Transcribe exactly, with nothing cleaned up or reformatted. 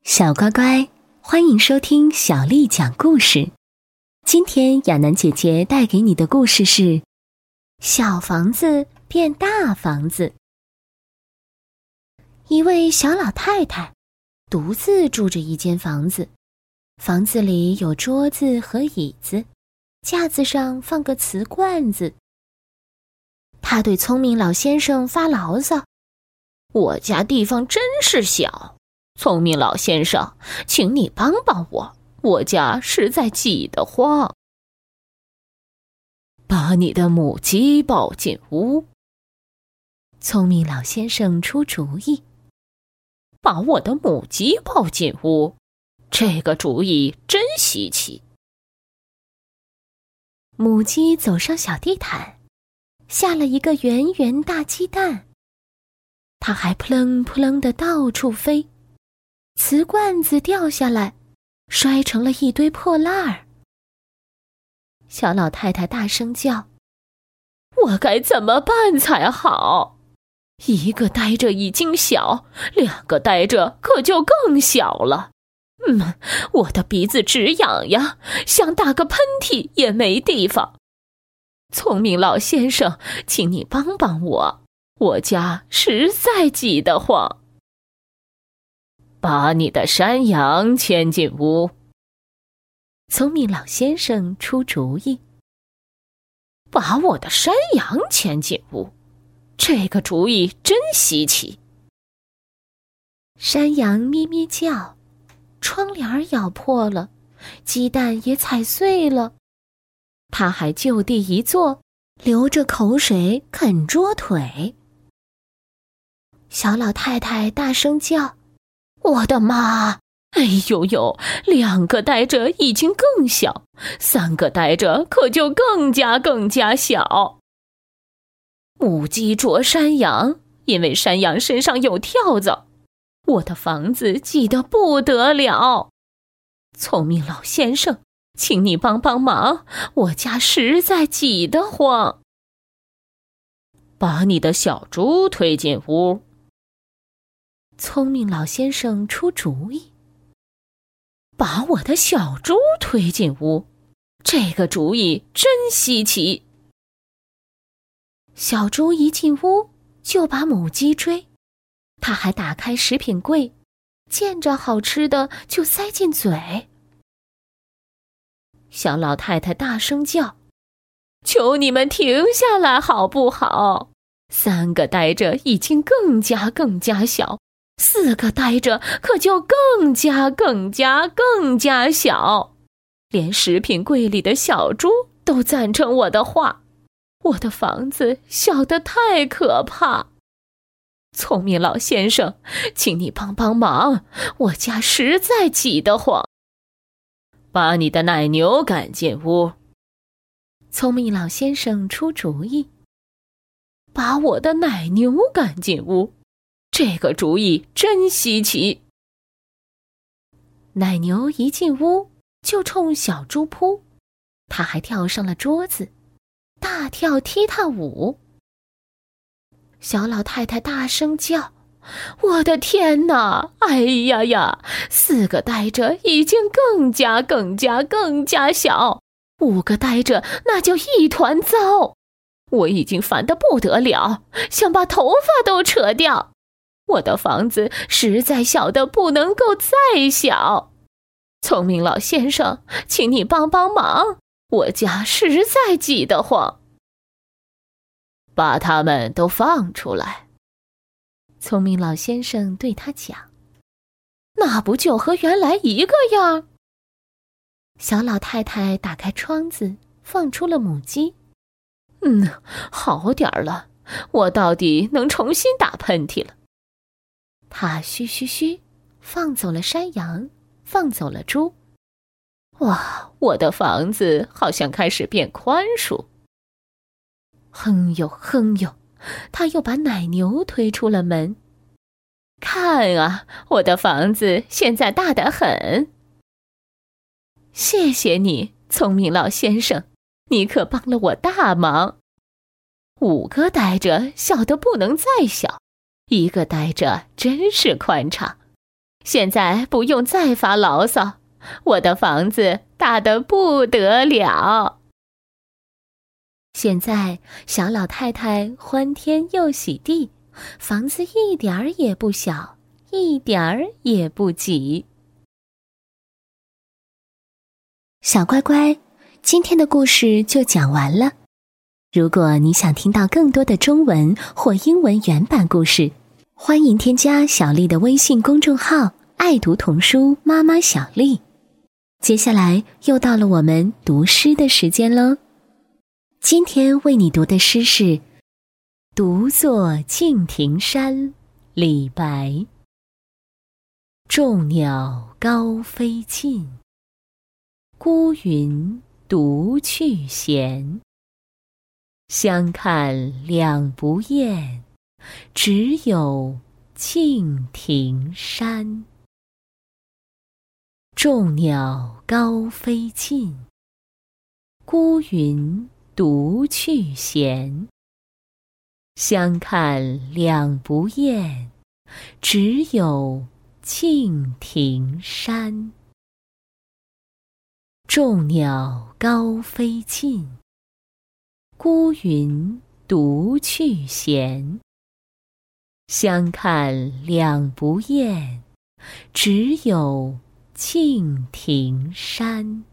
小乖乖，欢迎收听小丽讲故事。今天亚楠姐姐带给你的故事是小房子变大房子。一位小老太太独自住着一间房子，房子里有桌子和椅子，架子上放个瓷罐子。她对聪明老先生发牢骚：我家地方真是小，聪明老先生，请你帮帮我，我家实在挤得慌。把你的母鸡抱进屋。聪明老先生出主意。把我的母鸡抱进屋，这个主意真稀奇。母鸡走上小地毯，下了一个圆圆大鸡蛋，它还扑棱扑棱地到处飞，瓷罐子掉下来，摔成了一堆破烂儿。小老太太大声叫：我该怎么办才好？一个呆着已经小，两个呆着可就更小了。嗯，我的鼻子直痒痒，想打个喷嚏也没地方。聪明老先生，请你帮帮我，我家实在挤得慌。把你的山羊牵进屋。聪明老先生出主意。把我的山羊牵进屋，这个主意真稀奇。山羊咩咩叫，窗帘咬破了，鸡蛋也踩碎了，它还就地一坐，流着口水啃桌腿。小老太太大声叫：我的妈！哎呦呦，两个呆着已经更小，三个呆着可就更加更加小。母鸡啄山羊，因为山羊身上有跳蚤，我的房子挤得不得了。聪明老先生，请你帮帮忙，我家实在挤得慌。把你的小猪推进屋。聪明老先生出主意。把我的小猪推进屋，这个主意真稀奇。小猪一进屋就把母鸡追，它还打开食品柜，见着好吃的就塞进嘴。小老太太大声叫：求你们停下来好不好？三个呆着已经更加更加小，四个呆着可就更加更加更加小，连食品柜里的小猪都赞成我的话。我的房子小得太可怕。聪明老先生，请你帮帮忙，我家实在挤得慌。把你的奶牛赶进屋。聪明老先生出主意。把我的奶牛赶进屋，这个主意真稀奇。奶牛一进屋就冲小猪扑，它还跳上了桌子，大跳踢踏舞。小老太太大声叫：我的天哪！哎呀呀，四个呆着已经更加更加更加小，五个呆着那就一团糟。我已经烦得不得了，想把头发都扯掉。我的房子实在小得不能够再小。聪明老先生，请你帮帮忙，我家实在挤得慌。把他们都放出来。聪明老先生对他讲。那不就和原来一个样？小老太太打开窗子，放出了母鸡。嗯，好点儿了，我到底能重新打喷嚏了。他嘘嘘嘘，放走了山羊，放走了猪。哇，我的房子好像开始变宽恕。哼呦哼呦，他又把奶牛推出了门。看啊，我的房子现在大得很。谢谢你，聪明老先生，你可帮了我大忙。五个呆着小得不能再小，一个呆着真是宽敞， 现在不用再发牢骚，我的房子大得不得了。现在小老太太欢天又喜地，房子一点儿也不小，一点儿也不挤。小乖乖，今天的故事就讲完了。如果你想听到更多的中文或英文原版故事，欢迎添加小丽的微信公众号爱读童书妈妈小丽。接下来又到了我们读诗的时间喽。今天为你读的诗是《独坐敬亭山》，李白。众鸟高飞尽，孤云独去闲。相看两不厌，只有敬亭山。众鸟高飞尽，孤云独去闲。相看两不厌，只有敬亭山。众鸟高飞尽，孤云独去闲。相看两不厌，只有敬亭山。